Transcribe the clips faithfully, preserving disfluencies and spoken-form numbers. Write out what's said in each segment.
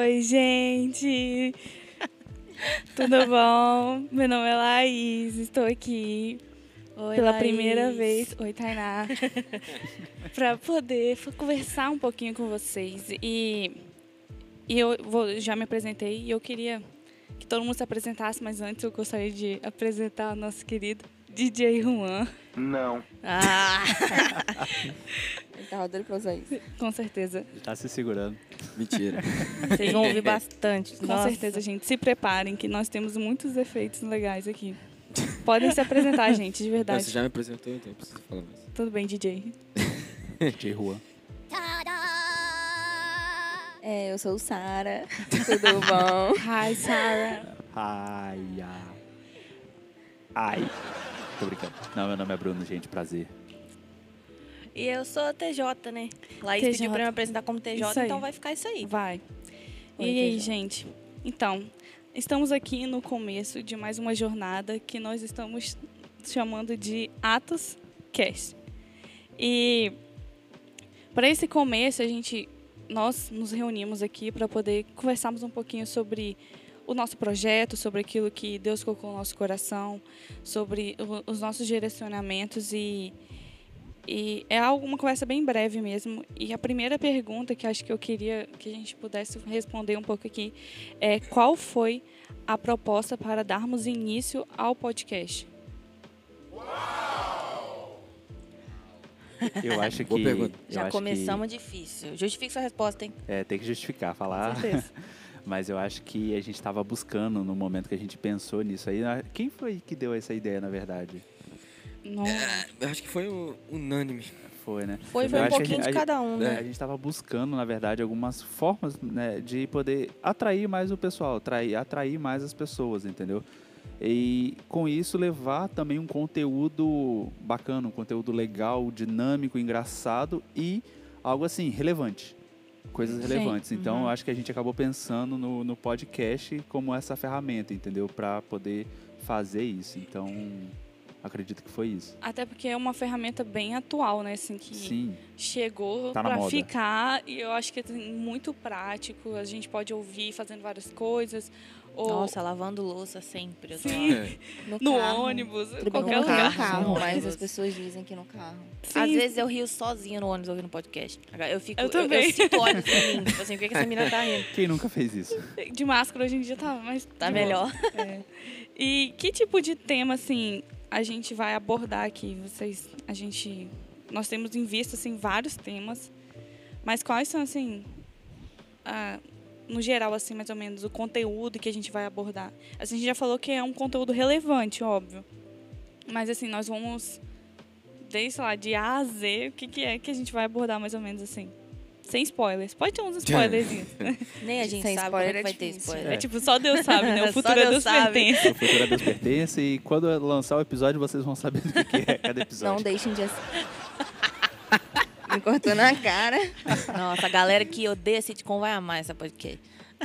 Oi, gente! Tudo bom? Meu nome é Laís, estou aqui Oi, pela Laís. primeira vez. Oi, Tainá. Para poder conversar um pouquinho com vocês. E, e eu vou, já me apresentei e eu queria que todo mundo se apresentasse, mas antes eu gostaria de apresentar o nosso querido D J Juan. Não. Ah! Ele tava doido pra usar isso. Com certeza. Ele tá se segurando. Mentira. Vocês vão ouvir bastante. Com Nossa. certeza, gente. Se preparem que nós temos muitos efeitos legais aqui. Podem se apresentar, gente, de verdade. Você já me apresentou, então eu preciso falar mais. Tudo bem, D J? D J Juan. É, eu sou o Sara. Tudo bom? Hi, Sarah. Ai, ai. Ai. Tô brincando. Não, meu nome é Bruno, gente. Prazer. E eu sou a T J, né? Laís T J. pediu pra me apresentar como T J, Isso aí. então vai ficar isso aí. Vai. Oi, E aí, T J. gente? Então, estamos aqui no começo de mais uma jornada que nós estamos chamando de Atos Cast. E para esse começo, a gente, nós nos reunimos aqui para poder conversarmos um pouquinho sobre o nosso projeto, sobre aquilo que Deus colocou no nosso coração, sobre o, os nossos direcionamentos e E é algo, uma conversa bem breve mesmo. E a primeira pergunta que acho que eu queria que a gente pudesse responder um pouco aqui é: qual foi a proposta para darmos início ao podcast? Eu acho que... Boa pergunta. eu Já acho começamos que, difícil. Justifique sua resposta, hein? É, tem que justificar, falar. Com certeza. Mas eu acho que a gente estava buscando no momento que a gente pensou nisso aí. Quem foi que deu essa ideia, na verdade? Não, Eu acho que foi o- unânime. Foi, né? Foi, foi Eu um acho que a pouquinho gente- de cada um, É, né? a gente estava buscando, na verdade, algumas formas, né, de poder atrair mais o pessoal, atrair, atrair mais as pessoas, entendeu? E com isso levar também um conteúdo bacana, um conteúdo legal, dinâmico, engraçado e algo assim, relevante. Coisas Sim. relevantes. Então, Uhum. eu acho que a gente acabou pensando no, no podcast como essa ferramenta, entendeu? Para poder fazer isso. Então, acredito que foi isso. até porque é uma ferramenta bem atual, né? Assim, que Sim. chegou Tá na para moda. ficar e eu acho que é assim, muito prático. A gente pode ouvir fazendo várias coisas. Ou Nossa, lavando louça sempre. Eu tô Sim. lá. É. No, no carro. ônibus, Tudo bem, qualquer no lugar. carro, No mas ônibus. as pessoas dizem que no carro. Sim. Às vezes eu rio sozinha no ônibus ouvindo podcast. Eu fico, Eu eu, também. eu sinto olhos em mim. Tipo assim, por que que essa menina tá rindo? Quem nunca fez isso? De máscara hoje em dia tá mais Tá de boa. melhor. É. E que tipo de tema, assim, a gente vai abordar aqui? Vocês, a gente, nós temos em vista, assim, vários temas, mas quais são, assim, a, no geral, assim, mais ou menos, o conteúdo que a gente vai abordar? Assim, a gente já falou que é um conteúdo relevante, óbvio, mas, assim, nós vamos, desde, sei lá, de A a Z, o que, que é que a gente vai abordar, mais ou menos, assim? Sem spoilers. Pode ter uns spoilerzinhos. Nem a gente Sem sabe como é spoiler que é vai ter difícil. spoiler. É tipo, só Deus sabe, né? O Só futuro é Deus Deus sabe. pertence. O futuro a Deus pertence e quando eu lançar o episódio vocês vão saber do que que é cada episódio. Não deixem de assistir. Me cortou na cara. Nossa, a galera que odeia sitcom vai amar essa podcast.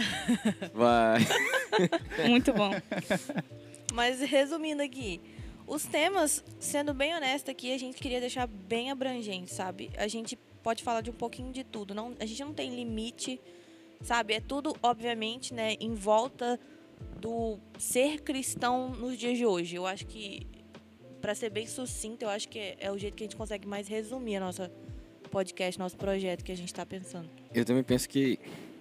Vai. Muito bom. Mas resumindo aqui, os temas, sendo bem honesta aqui, a gente queria deixar bem abrangente, sabe? A gente pode falar de um pouquinho de tudo. Não, a gente não tem limite, sabe? É tudo, obviamente, né, em volta do ser cristão nos dias de hoje. Eu acho que, para ser bem sucinto, eu acho que é, é o jeito que a gente consegue mais resumir a nossa podcast, nosso projeto que a gente está pensando. Eu também penso que,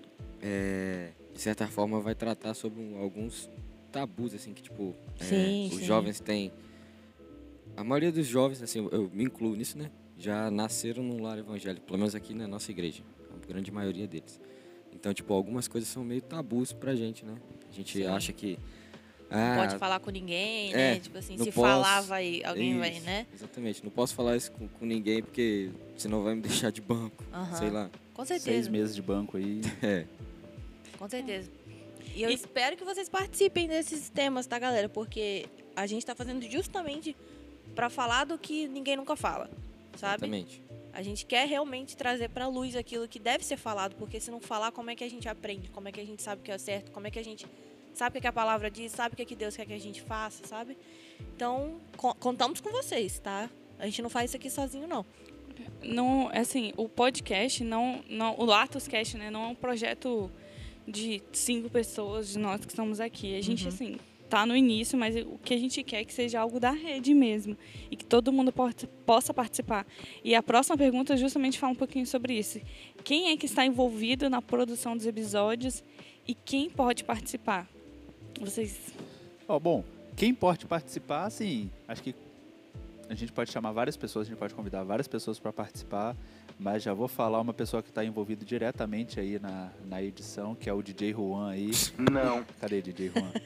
é, de certa forma, vai tratar sobre um- alguns tabus, assim, que, tipo, é, Sim, os sim. jovens têm... A maioria dos jovens, assim, eu- eu me incluo nisso, né? Já nasceram num lar evangélico, pelo menos aqui na nossa igreja, a grande maioria deles. Então, tipo, algumas coisas são meio tabus pra gente, né? A gente Sim. acha que... Não Ah, pode falar com ninguém, é, né? Tipo assim, não se posso. falar, vai, alguém vai, Isso, né? Exatamente. Não posso falar isso com, com ninguém porque senão vai me deixar de banco. Aham. Sei lá. Com Seis certeza. meses de banco aí. É. Com certeza. E eu E- espero que vocês participem desses temas, tá, galera? Porque a gente tá fazendo justamente pra falar do que ninguém nunca fala, sabe? Exatamente. A gente quer realmente trazer pra luz aquilo que deve ser falado, porque se não falar, como é que a gente aprende? Como é que a gente sabe o que é certo? Como é que a gente sabe o que, é que a palavra diz? Sabe o que, é que Deus quer que a gente faça, sabe? Então, co- contamos com vocês, tá? A gente não faz isso aqui sozinho, não. Não, assim, o podcast não, não, o Atoscast, né, não é um projeto de cinco pessoas, de nós que estamos aqui. A gente, Uhum. assim, tá no início, mas o que a gente quer é que seja algo da rede mesmo. E que todo mundo porta- possa participar. E a próxima pergunta justamente fala um pouquinho sobre isso. Quem é que está envolvido na produção dos episódios e quem pode participar? Vocês... Ó, bom, quem pode participar, assim, acho que a gente pode chamar várias pessoas, a gente pode convidar várias pessoas para participar, mas já vou falar uma pessoa que está envolvido diretamente aí na, na edição, que é o D J Juan aí. Não. Cadê D J Juan?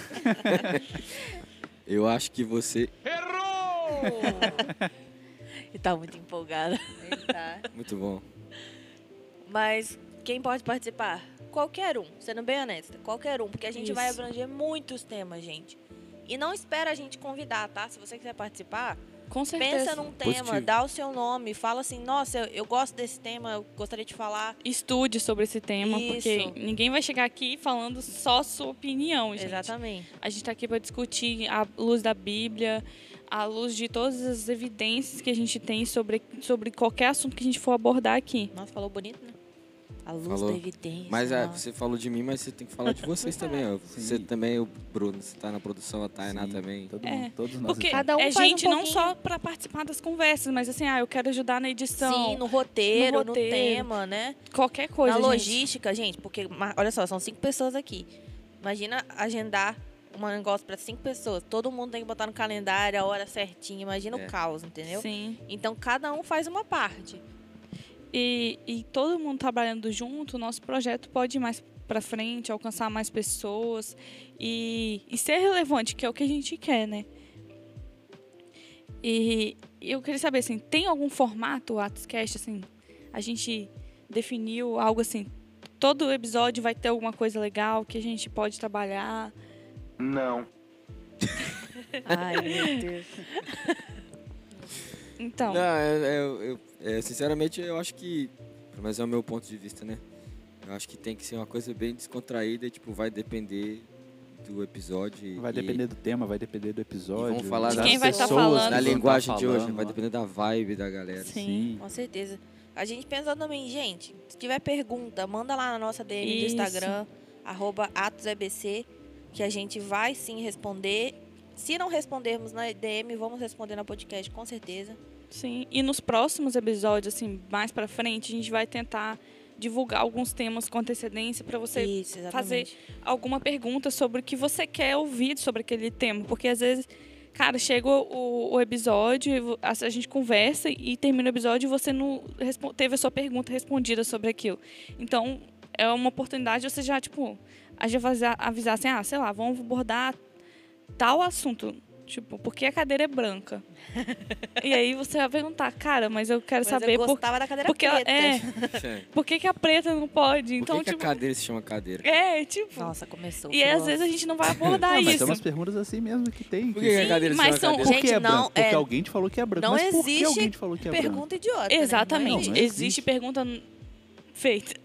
Eu acho que você... E tá muito empolgada. Eita. Muito bom. Mas quem pode participar? Qualquer um, sendo bem honesta. Qualquer um, porque a gente vai Isso. abranger muitos temas, gente. E não espera a gente convidar, tá? Se você quiser participar, Com certeza. pensa num tema, Positivo. dá o seu nome, fala assim, nossa, eu, eu gosto desse tema, eu gostaria de falar. Estude sobre esse tema, Isso. porque ninguém vai chegar aqui falando só sua opinião, gente. Exatamente. A gente está aqui para discutir à luz da Bíblia, à luz de todas as evidências que a gente tem sobre, sobre qualquer assunto que a gente for abordar aqui. Nossa, falou bonito, né? A luz Falou. da evidência. Mas é, nossa. você falou de mim, mas você tem que falar de vocês também. Ó. Sim. Você também, o Bruno, você tá na produção, a Tainá Sim, também. Todo É, mundo, todos nós Porque estamos. Cada um é faz um gente não pouquinho. só para participar das conversas, mas assim, ah, eu quero ajudar na edição, Sim, no roteiro, no no, roteiro. tema, né? qualquer coisa, Na gente. logística, gente, porque, ma- olha só, são cinco pessoas aqui. Imagina agendar um negócio para cinco pessoas. Todo mundo tem que botar no calendário a hora certinha. Imagina É. o caos, entendeu? Sim. Então, cada um faz uma parte. E, e todo mundo trabalhando junto, o nosso projeto pode ir mais para frente, alcançar mais pessoas e, e ser relevante, que é o que a gente quer, né? E eu queria saber, assim, tem algum formato, o Atoscast, assim, a gente definiu algo assim, todo episódio vai ter alguma coisa legal que a gente pode trabalhar? Não. Ai, meu Deus. Então, Não, é, é, eu, é, sinceramente, eu acho que, pelo menos é o meu ponto de vista, né? Eu acho que tem que ser uma coisa bem descontraída e, tipo, vai depender do episódio. e- Vai depender do tema, vai depender do episódio. vamos falar das de quem vai tá pessoas falando. que Da vão tá linguagem de hoje, falando vai lá. depender da vibe da galera. sim. Com certeza. A gente pensou também, gente, se tiver pergunta, manda lá na nossa D M do Isso. Instagram, arroba atosebc, que a gente vai sim responder. Se não respondermos na D M, vamos responder na podcast, com certeza. Sim, e nos próximos episódios, assim, mais pra frente, a gente vai tentar divulgar alguns temas com antecedência para você Isso, fazer exatamente. alguma pergunta sobre o que você quer ouvir sobre aquele tema. Porque às vezes, cara, chega o, o episódio, a, a gente conversa e termina o episódio e você não respo- teve a sua pergunta respondida sobre aquilo. Então, é uma oportunidade de você já, tipo, a gente avisar, avisar assim, ah, sei lá, vamos abordar tal assunto. Tipo, por que a cadeira é branca? E aí você vai perguntar, cara, mas eu quero Mas saber eu por, gostava da cadeira porque ela, preta. é, por que, que a preta não pode? Então, Por que, que tipo, a cadeira se chama cadeira? é, tipo. Nossa, começou. E às vezes a gente não vai abordar Não, mas isso. tem umas perguntas assim mesmo que tem. Por que- que, que a Sim, cadeira se mas chama são- cadeira? Por que Gente, é não, branco? Porque é- alguém te falou que é branco. não Mas por que existe alguém te falou que é branco? Pergunta idiota, né? Exatamente. Não Não, não existe. existe. pergunta n- feita.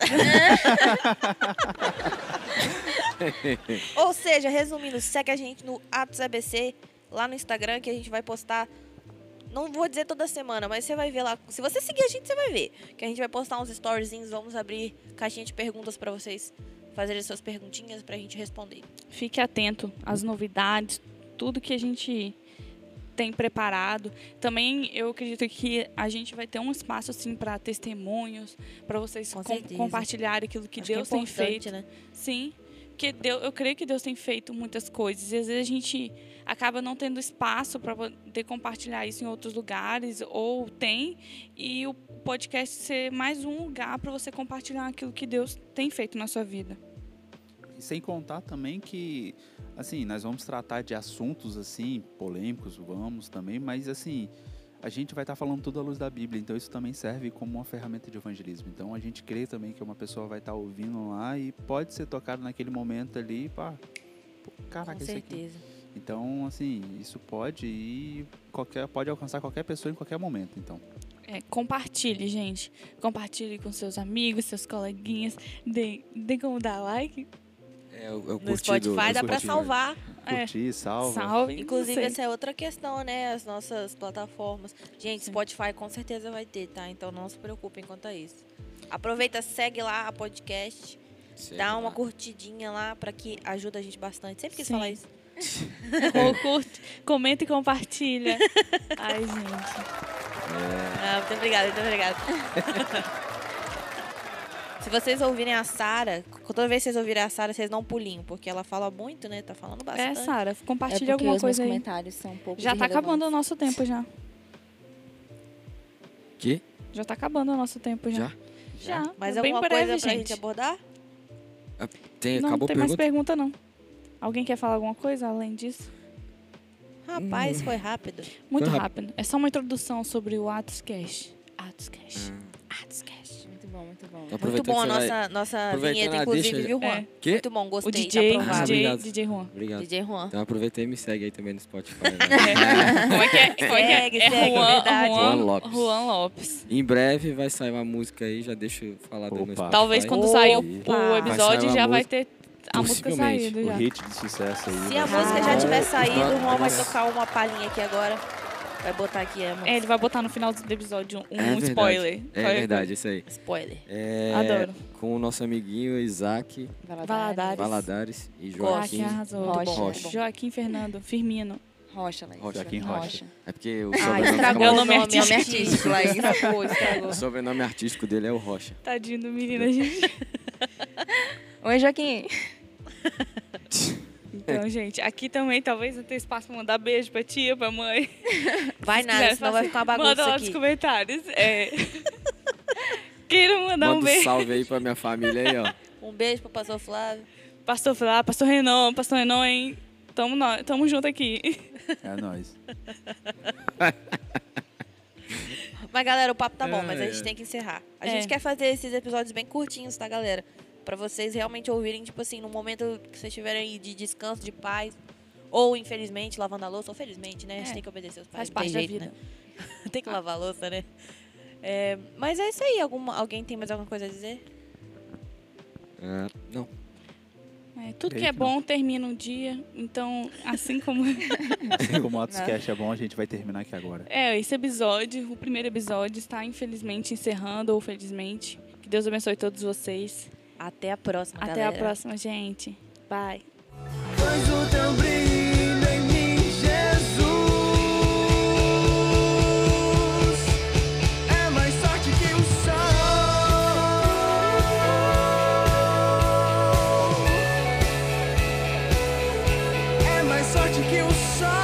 Ou seja, resumindo, segue a gente no atosebc, lá no Instagram, que a gente vai postar. Não vou dizer toda semana, mas você vai ver lá. Se você seguir a gente, você vai ver. Que a gente vai postar uns storyzinhos, vamos abrir caixinha de perguntas pra vocês fazerem suas perguntinhas pra gente responder. Fique atento às novidades, tudo que a gente tem preparado. Também eu acredito que a gente vai ter um espaço assim para testemunhos, para vocês Com com certeza. compartilharem aquilo que Acho Deus que é tem importante, feito. né? Sim, porque Deus, eu creio que Deus tem feito muitas coisas e às vezes a gente acaba não tendo espaço para poder compartilhar isso em outros lugares, ou tem, e o podcast ser mais um lugar para você compartilhar aquilo que Deus tem feito na sua vida. E sem contar também que, assim, nós vamos tratar de assuntos, assim, polêmicos, vamos também, mas, assim, a gente vai estar falando tudo à luz da Bíblia, então isso também serve como uma ferramenta de evangelismo. Então a gente crê também que uma pessoa vai estar ouvindo lá e pode ser tocado naquele momento ali, pá, pô, caraca, Com isso aqui. certeza. Então, assim, isso pode ir, qualquer, pode alcançar qualquer pessoa em qualquer momento, então. É, compartilhe, gente. Compartilhe com seus amigos, seus coleguinhas. Dê, dê como dar like. É, o, é o No curtido, Spotify o dá pra curtido. salvar. É. Curtir, salva. Salve. Inclusive, não sei. essa é outra questão, né? As nossas plataformas. Gente, Sim. Spotify com certeza vai ter, tá? Então não se preocupem quanto a isso. Aproveita, segue lá a podcast. Segue Dá uma lá. curtidinha lá pra que ajuda a gente bastante. Sempre quis Sim. falar isso. Ou curte, comenta e compartilha. Ai, gente. Ah, muito obrigada, muito obrigada. Se vocês ouvirem a Sara, toda vez que vocês ouvirem a Sara, vocês dão um pulinho, porque ela fala muito, né? Tá falando É, bastante. Sara, É compartilha porque alguma os meus coisa aí. comentários são um pouco Já tá acabando o nosso tempo já. Que? Já tá acabando o nosso tempo já. Já? Já. Mais Bem alguma breve, coisa pra gente. gente abordar? Tem, Não acabou tem a mais pergunta? pergunta, não. Alguém quer falar alguma coisa além disso? Rapaz, foi rápido. Muito Foi rápido. É só uma introdução sobre o Atos Cash. Atos Cash. Ah, Atos Cash. Muito bom, muito bom. então Muito aproveitando bom a que você vai- nossa, nossa aproveitando vinheta, a inclusive, deixa- viu, Juan? É. Quê? Muito bom, O gostei. D tá J, aprovado. Ah, D J, obrigado. D J Juan. Obrigado. D J Juan. Então aproveita e me segue aí também no Spotify. Né? Como é que é? Como é que é? Segue, É segue, Juan, verdade. Juan, Juan Lopes. Juan Lopes. Em breve vai sair uma música aí, já deixa eu falar do Opa. meu Spotify. Talvez quando Opa. sair o, Vai o sair episódio uma já vai música, ter a música possivelmente. saído O já. hit de sucesso aí. Se vai a ser- música já tiver saído, o Juan vai Ah. tocar uma palhinha aqui agora. Vai botar aqui a música. É, ele vai botar no final do episódio um É verdade. spoiler. É Qual verdade, isso aí. Spoiler. É, Adoro. Com o nosso amiguinho Isaac Valadares. Valadares e Joaquim Joaquim arrasou. Rocha. Muito bom. Rocha. Joaquim Fernando Firmino. Rocha, Laís. Rocha. Joaquim Rocha. É porque o Ah, sobrenome, estragou É o o nome, nome nome artístico. artístico, Laís. Estragou, estragou. o sobrenome artístico dele é o Rocha. Tadinho do menino, gente. Oi, Joaquim. Então, gente, aqui também talvez não tenha espaço pra mandar beijo pra tia, pra mãe. Vai Se nada, quiser, senão vai faça- ficar uma bagunça Manda lá aqui. nos comentários. É. Queiram mandar Manda um um beijo. salve aí pra minha família aí, ó. Um beijo pro pastor Flávio. Pastor Flá, Pastor Renan, Pastor Renan, hein? Tamo, nó- tamo junto aqui. É nóis. Mas, galera, o papo tá bom, mas a É, gente é. tem que encerrar. A É. gente quer fazer esses episódios bem curtinhos, tá, galera? Pra vocês realmente ouvirem, tipo assim, no momento que vocês estiverem aí de descanso, de paz. Ou, infelizmente, lavando a louça. Ou felizmente, né? A gente É. tem que obedecer os Faz pais. não parte tem da jeito, vida. né? Tem que lavar a louça, né? É, mas é isso aí. Alguma, alguém tem mais alguma coisa a dizer? Ah, não. É, tudo Creio que é que não. bom termina um dia. Então, assim como. Como o Atoscast é bom, a gente vai terminar aqui agora. É, esse episódio, o primeiro episódio, está infelizmente encerrando, ou felizmente. Que Deus abençoe todos vocês. Até a próxima, Até galera. a próxima, gente. Bye. Pois o teu brilho em mim, Jesus, é mais forte que o sol, é mais forte que o sol.